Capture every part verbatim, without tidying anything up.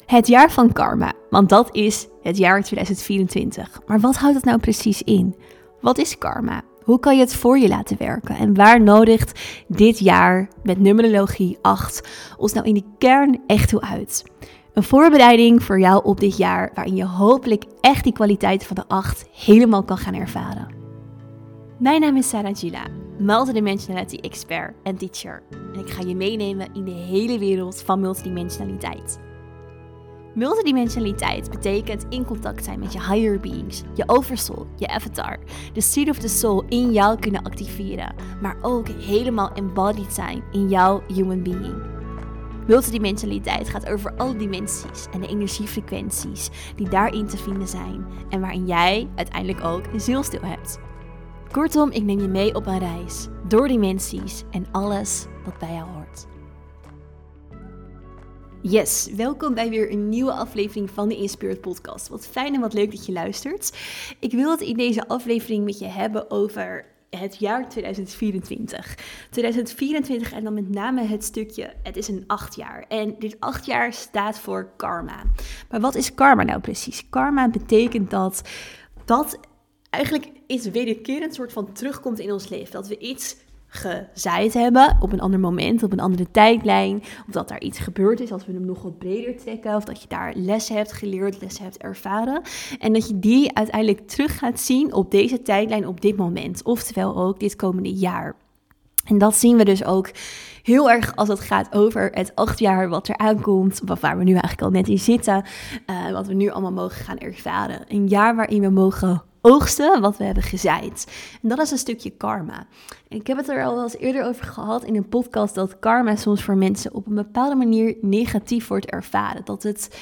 Het jaar van karma, want dat is het jaar tweeduizend vierentwintig. Maar wat houdt het nou precies in? Wat is karma? Hoe kan je het voor je laten werken? En waar nodigt dit jaar met numerologie acht ons nou in de kern echt toe uit? Een voorbereiding voor jou op dit jaar waarin je hopelijk echt die kwaliteit van de acht helemaal kan gaan ervaren. Mijn naam is Sarah Gila, multidimensionality expert en teacher. En ik ga je meenemen in de hele wereld van multidimensionaliteit. Multidimensionaliteit betekent in contact zijn met je higher beings, je oversoul, je avatar, de seed of the soul in jou kunnen activeren, maar ook helemaal embodied zijn in jouw human being. Multidimensionaliteit gaat over alle dimensies en de energiefrequenties die daarin te vinden zijn en waarin jij uiteindelijk ook een zielsdeel hebt. Kortom, ik neem je mee op een reis door dimensies en alles wat bij jou hoort. Yes, welkom bij weer een nieuwe aflevering van de Inspired Podcast. Wat fijn en wat leuk dat je luistert. Ik wil het in deze aflevering met je hebben over het jaar tweeduizend vierentwintig. tweeduizend vierentwintig en dan met name het stukje, het is een acht jaar. En dit acht jaar staat voor karma. Maar wat is karma nou precies? Karma betekent dat dat eigenlijk iets wederkerend soort van terugkomt in ons leven. Dat we iets gezaaid hebben op een ander moment, op een andere tijdlijn, of dat daar iets gebeurd is, als we hem nog wat breder trekken, of dat je daar lessen hebt geleerd, lessen hebt ervaren, en dat je die uiteindelijk terug gaat zien op deze tijdlijn, op dit moment, oftewel ook dit komende jaar. En dat zien we dus ook heel erg als het gaat over het acht jaar wat er aankomt, waar we nu eigenlijk al net in zitten, uh, wat we nu allemaal mogen gaan ervaren. Een jaar waarin we mogen oogsten wat we hebben gezaaid. En dat is een stukje karma. En ik heb het er al wel eens eerder over gehad in een podcast, dat karma soms voor mensen op een bepaalde manier negatief wordt ervaren. Dat het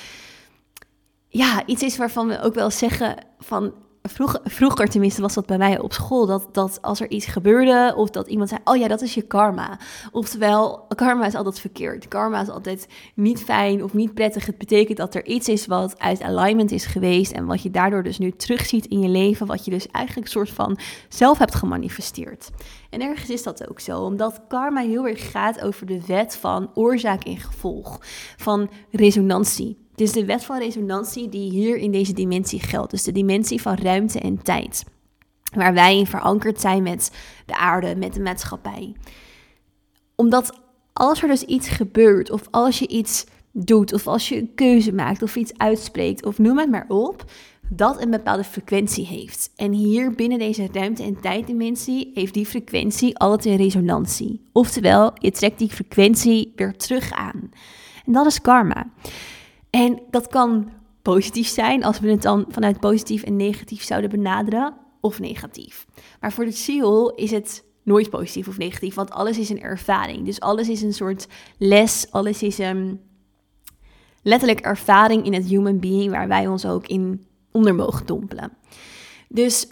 ja, iets is waarvan we ook wel zeggen van Vroeger, vroeger tenminste was dat bij mij op school, dat, dat als er iets gebeurde of dat iemand zei, oh ja, dat is je karma. Oftewel, karma is altijd verkeerd. Karma is altijd niet fijn of niet prettig. Het betekent dat er iets is wat uit alignment is geweest en wat je daardoor dus nu terugziet in je leven, wat je dus eigenlijk een soort van zelf hebt gemanifesteerd. En ergens is dat ook zo, omdat karma heel erg gaat over de wet van oorzaak en gevolg, van resonantie. Het is de wet van resonantie die hier in deze dimensie geldt. Dus de dimensie van ruimte en tijd. Waar wij in verankerd zijn met de aarde, met de maatschappij. Omdat als er dus iets gebeurt, of als je iets doet, of als je een keuze maakt, of iets uitspreekt, of noem het maar op, dat een bepaalde frequentie heeft. En hier binnen deze ruimte- en tijddimensie heeft die frequentie altijd een resonantie. Oftewel, je trekt die frequentie weer terug aan. En dat is karma. En dat kan positief zijn als we het dan vanuit positief en negatief zouden benaderen, of negatief. Maar voor de ziel is het nooit positief of negatief, want alles is een ervaring. Dus alles is een soort les, alles is een letterlijk ervaring in het human being waar wij ons ook in onder mogen dompelen. Dus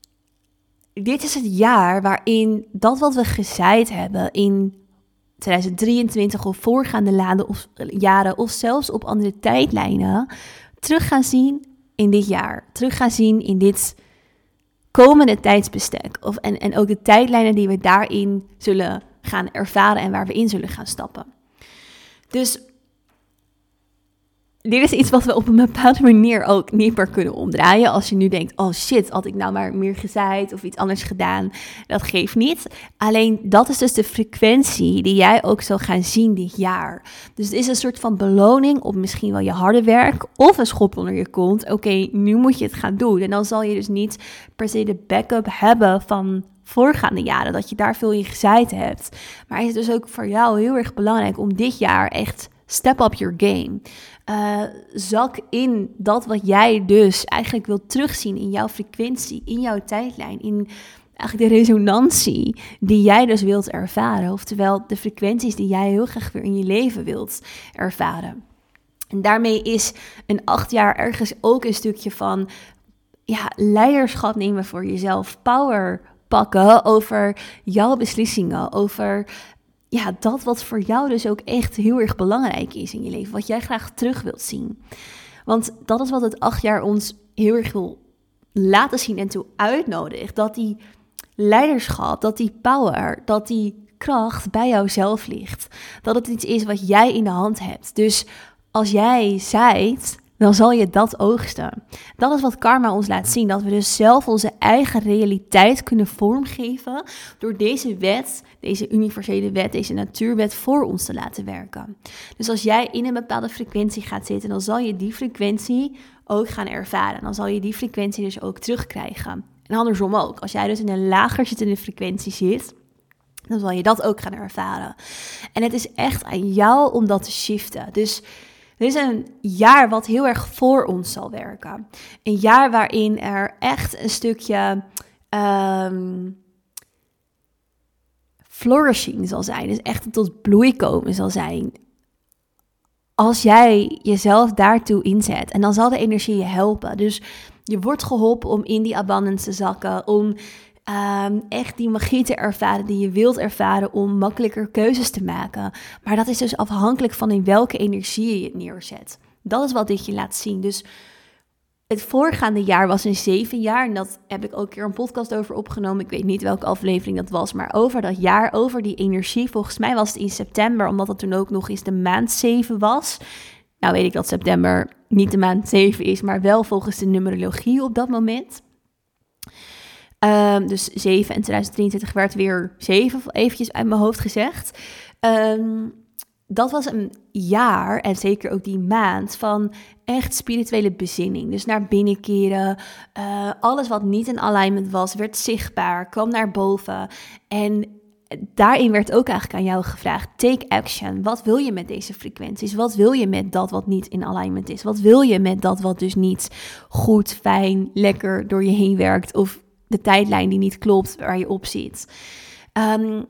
dit is het jaar waarin dat wat we gezaaid hebben in tweeduizend drieëntwintig of voorgaande laden of jaren of zelfs op andere tijdlijnen terug gaan zien in dit jaar. Terug gaan zien in dit komende tijdsbestek. Of, en, en ook de tijdlijnen die we daarin zullen gaan ervaren en waar we in zullen gaan stappen. Dus dit is iets wat we op een bepaalde manier ook niet meer kunnen omdraaien. Als je nu denkt, oh shit, had ik nou maar meer gezaaid of iets anders gedaan. Dat geeft niet. Alleen dat is dus de frequentie die jij ook zal gaan zien dit jaar. Dus het is een soort van beloning op misschien wel je harde werk of een schop onder je kont. Oké, okay, nu moet je het gaan doen. En dan zal je dus niet per se de backup hebben van voorgaande jaren, dat je daar veel in gezaaid hebt. Maar is het dus ook voor jou heel erg belangrijk om dit jaar echt step up your game. Uh, zak in dat wat jij dus eigenlijk wilt terugzien in jouw frequentie, in jouw tijdlijn, in eigenlijk de resonantie die jij dus wilt ervaren. Oftewel de frequenties die jij heel graag weer in je leven wilt ervaren. En daarmee is een acht jaar ergens ook een stukje van ja, leiderschap nemen voor jezelf, power pakken over jouw beslissingen, over ja, dat wat voor jou dus ook echt heel erg belangrijk is in je leven. Wat jij graag terug wilt zien. Want dat is wat het acht jaar ons heel erg wil laten zien en toe uitnodigt. Dat die leiderschap, dat die power, dat die kracht bij jouzelf ligt. Dat het iets is wat jij in de hand hebt. Dus als jij zaait, dan zal je dat oogsten. Dat is wat karma ons laat zien. Dat we dus zelf onze eigen realiteit kunnen vormgeven door deze wet, deze universele wet, deze natuurwet voor ons te laten werken. Dus als jij in een bepaalde frequentie gaat zitten, dan zal je die frequentie ook gaan ervaren. Dan zal je die frequentie dus ook terugkrijgen. En andersom ook. Als jij dus in een lager zittende frequentie zit, dan zal je dat ook gaan ervaren. En het is echt aan jou om dat te shiften. Dus er is een jaar wat heel erg voor ons zal werken. Een jaar waarin er echt een stukje um, flourishing zal zijn. Dus echt tot bloei komen zal zijn. Als jij jezelf daartoe inzet. En dan zal de energie je helpen. Dus je wordt geholpen om in die abundance te zakken. Om um, echt die magie te ervaren die je wilt ervaren. Om makkelijker keuzes te maken. Maar dat is dus afhankelijk van in welke energie je het neerzet. Dat is wat dit je laat zien. Dus het voorgaande jaar was een zeven jaar. En dat heb ik ook een keer een podcast over opgenomen. Ik weet niet welke aflevering dat was. Maar over dat jaar, over die energie. Volgens mij was het in september. Omdat het toen ook nog eens de maand zeven was. Nou weet ik dat september niet de maand zeven is. Maar wel volgens de numerologie op dat moment. Um, dus zeven en twintig drieëntwintig werd weer zeven. Eventjes uit mijn hoofd gezegd. Um, Dat was een jaar, en zeker ook die maand, van echt spirituele bezinning. Dus naar binnenkeren, uh, alles wat niet in alignment was, werd zichtbaar, kwam naar boven. En daarin werd ook eigenlijk aan jou gevraagd, take action. Wat wil je met deze frequenties? Wat wil je met dat wat niet in alignment is? Wat wil je met dat wat dus niet goed, fijn, lekker door je heen werkt? Of de tijdlijn die niet klopt, waar je op zit? Um,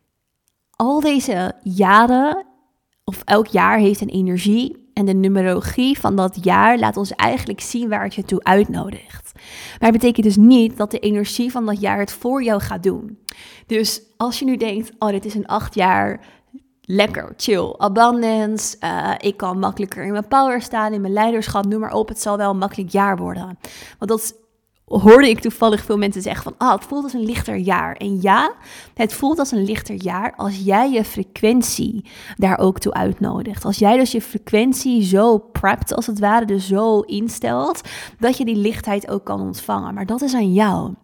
al deze jaren, of elk jaar heeft een energie. En de numerologie van dat jaar laat ons eigenlijk zien waar het je toe uitnodigt. Maar het betekent dus niet dat de energie van dat jaar het voor jou gaat doen. Dus als je nu denkt, oh, dit is een acht jaar lekker, chill, abundance. Uh, ik kan makkelijker in mijn power staan, in mijn leiderschap, noem maar op. Het zal wel een makkelijk jaar worden. Want dat hoorde ik toevallig veel mensen zeggen van, ah, het voelt als een lichter jaar. En ja, het voelt als een lichter jaar als jij je frequentie daar ook toe uitnodigt. Als jij dus je frequentie zo prept, als het ware, dus zo instelt, dat je die lichtheid ook kan ontvangen. Maar dat is aan jou.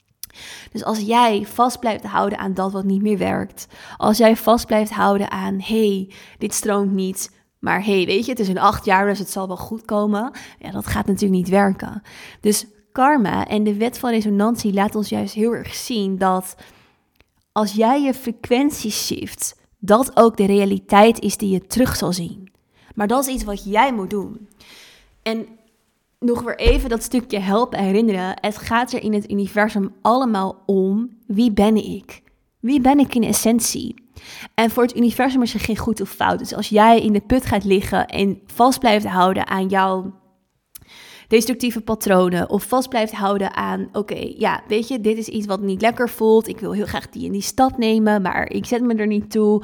Dus als jij vast blijft houden aan dat wat niet meer werkt, als jij vast blijft houden aan, hey, dit stroomt niet, maar hey, weet je, het is een acht jaar, dus het zal wel goed komen. Ja, dat gaat natuurlijk niet werken. Dus karma en de wet van resonantie laat ons juist heel erg zien dat als jij je frequentie shift, dat ook de realiteit is die je terug zal zien. Maar dat is iets wat jij moet doen. En nog weer even dat stukje helpen herinneren. Het gaat er in het universum allemaal om, wie ben ik? Wie ben ik in essentie? En voor het universum is er geen goed of fout. Dus als jij in de put gaat liggen en vast blijft houden aan jouw destructieve patronen of vast blijft houden aan, oké, okay, ja, weet je, dit is iets wat niet lekker voelt. Ik wil heel graag die en die stap nemen, maar ik zet me er niet toe.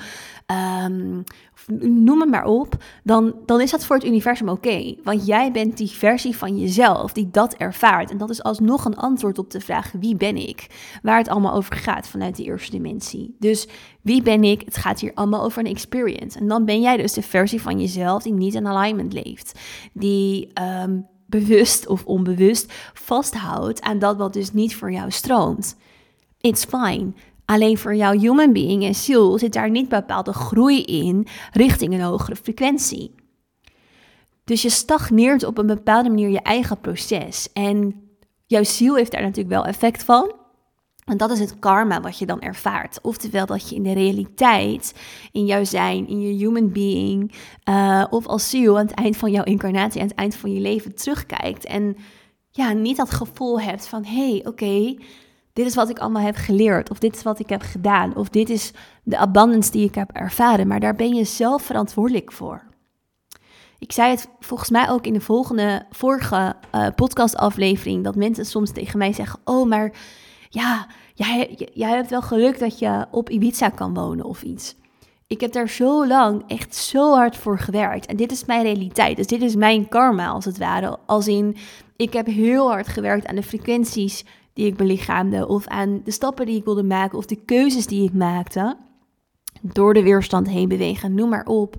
Um, noem het maar op. Dan, dan is dat voor het universum oké. Okay, want jij bent die versie van jezelf die dat ervaart. En dat is alsnog een antwoord op de vraag, wie ben ik? Waar het allemaal over gaat vanuit die eerste dimensie. Dus wie ben ik? Het gaat hier allemaal over een experience. En dan ben jij dus de versie van jezelf die niet in alignment leeft. Die Um, bewust of onbewust vasthoudt aan dat wat dus niet voor jou stroomt. It's fine. Alleen voor jouw human being en ziel zit daar niet bepaalde groei in richting een hogere frequentie. Dus je stagneert op een bepaalde manier je eigen proces. En jouw ziel heeft daar natuurlijk wel effect van. En dat is het karma wat je dan ervaart. Oftewel dat je in de realiteit, in jouw zijn, in je human being, uh, of als ziel aan het eind van jouw incarnatie, aan het eind van je leven terugkijkt. En ja, niet dat gevoel hebt van, hé, hey, oké, okay, dit is wat ik allemaal heb geleerd. Of dit is wat ik heb gedaan. Of dit is de abundance die ik heb ervaren. Maar daar ben je zelf verantwoordelijk voor. Ik zei het volgens mij ook in de volgende, vorige uh, podcastaflevering, dat mensen soms tegen mij zeggen, oh, maar ja, jij, jij hebt wel geluk dat je op Ibiza kan wonen of iets. Ik heb daar zo lang echt zo hard voor gewerkt. En dit is mijn realiteit. Dus dit is mijn karma als het ware. Als in, ik heb heel hard gewerkt aan de frequenties die ik belichaamde. Of aan de stappen die ik wilde maken. Of de keuzes die ik maakte. Door de weerstand heen bewegen, noem maar op.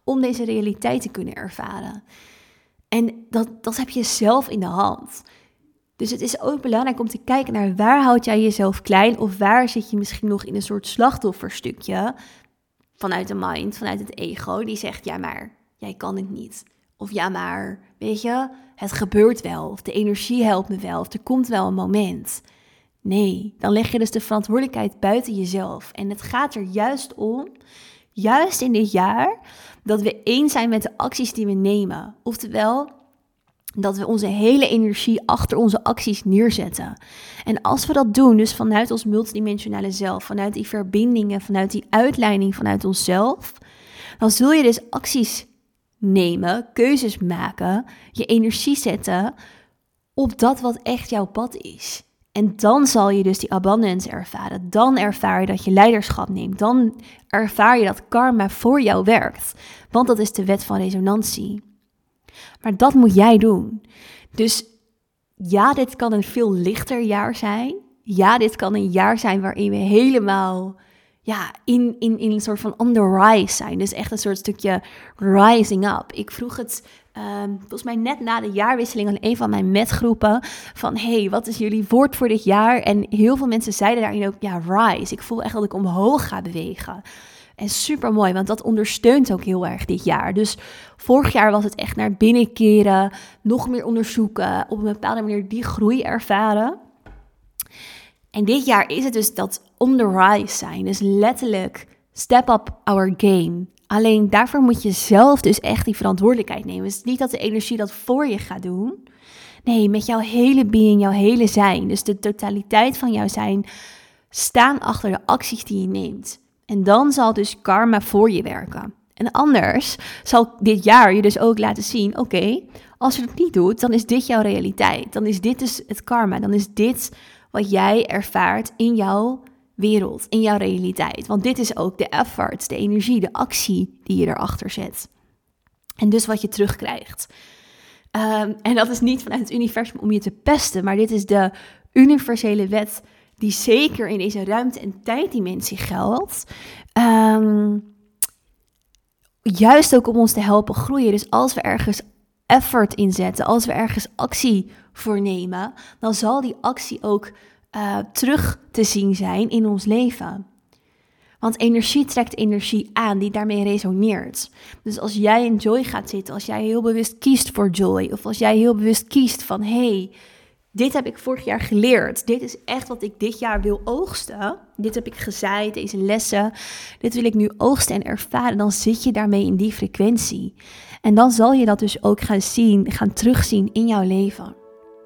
om deze realiteit te kunnen ervaren. En dat, dat heb je zelf in de hand. Dus het is ook belangrijk om te kijken naar waar houd jij jezelf klein of waar zit je misschien nog in een soort slachtofferstukje vanuit de mind, vanuit het ego, die zegt ja maar, jij kan het niet. Of ja maar, weet je, het gebeurt wel, of de energie helpt me wel, of er komt wel een moment. Nee, dan leg je dus de verantwoordelijkheid buiten jezelf. En het gaat er juist om, juist in dit jaar, dat we eens zijn met de acties die we nemen. Oftewel, dat we onze hele energie achter onze acties neerzetten. En als we dat doen, dus vanuit ons multidimensionale zelf, vanuit die verbindingen, vanuit die uitleiding vanuit onszelf, dan zul je dus acties nemen, keuzes maken, je energie zetten op dat wat echt jouw pad is. En dan zal je dus die abundance ervaren. Dan ervaar je dat je leiderschap neemt. Dan ervaar je dat karma voor jou werkt. Want dat is de wet van resonantie. Maar dat moet jij doen. Dus ja, dit kan een veel lichter jaar zijn. Ja, dit kan een jaar zijn waarin we helemaal ja, in, in, in een soort van on the rise zijn. Dus echt een soort stukje rising up. Ik vroeg het um, volgens mij net na de jaarwisseling aan een van mijn metgroepen van hey, wat is jullie woord voor dit jaar? En heel veel mensen zeiden daarin ook ja, rise. Ik voel echt dat ik omhoog ga bewegen. En super mooi, want dat ondersteunt ook heel erg dit jaar. Dus vorig jaar was het echt naar binnen keren, nog meer onderzoeken, op een bepaalde manier die groei ervaren. En dit jaar is het dus dat on the rise zijn. Dus letterlijk step up our game. Alleen daarvoor moet je zelf dus echt die verantwoordelijkheid nemen. Het is niet dat de energie dat voor je gaat doen. Nee, met jouw hele being, jouw hele zijn. Dus de totaliteit van jouw zijn staan achter de acties die je neemt. En dan zal dus karma voor je werken. En anders zal dit jaar je dus ook laten zien, oké, okay, als je het niet doet, dan is dit jouw realiteit. Dan is dit dus het karma. Dan is dit wat jij ervaart in jouw wereld, in jouw realiteit. Want dit is ook de effort, de energie, de actie die je erachter zet. En dus wat je terugkrijgt. Um, en dat is niet vanuit het universum om je te pesten, maar dit is de universele wet die zeker in deze ruimte- en tijddimensie geldt. Um, juist ook om ons te helpen groeien. Dus als we ergens effort inzetten, als we ergens actie voor nemen, dan zal die actie ook uh, terug te zien zijn in ons leven. Want energie trekt energie aan die daarmee resoneert. Dus als jij in joy gaat zitten, als jij heel bewust kiest voor joy, of als jij heel bewust kiest van hey, dit heb ik vorig jaar geleerd. Dit is echt wat ik dit jaar wil oogsten. Dit heb ik gezaaid, deze lessen. Dit wil ik nu oogsten en ervaren. Dan zit je daarmee in die frequentie. En dan zal je dat dus ook gaan zien, gaan terugzien in jouw leven.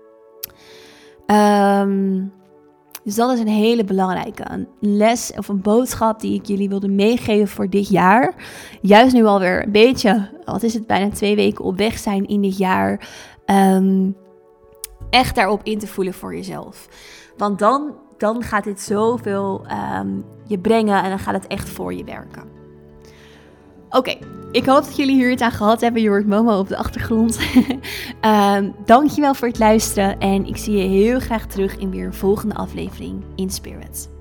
Um, dus dat is een hele belangrijke. Een les of een boodschap die ik jullie wilde meegeven voor dit jaar. Juist nu alweer een beetje, wat is het, bijna twee weken op weg zijn in dit jaar. Um, echt daarop in te voelen voor jezelf. Want dan, dan gaat dit zoveel um, je brengen en dan gaat het echt voor je werken. Oké, okay, ik hoop dat jullie hier iets aan gehad hebben. Je hoort Momo op de achtergrond. um, dankjewel voor het luisteren en ik zie je heel graag terug in weer een volgende aflevering in Spirit.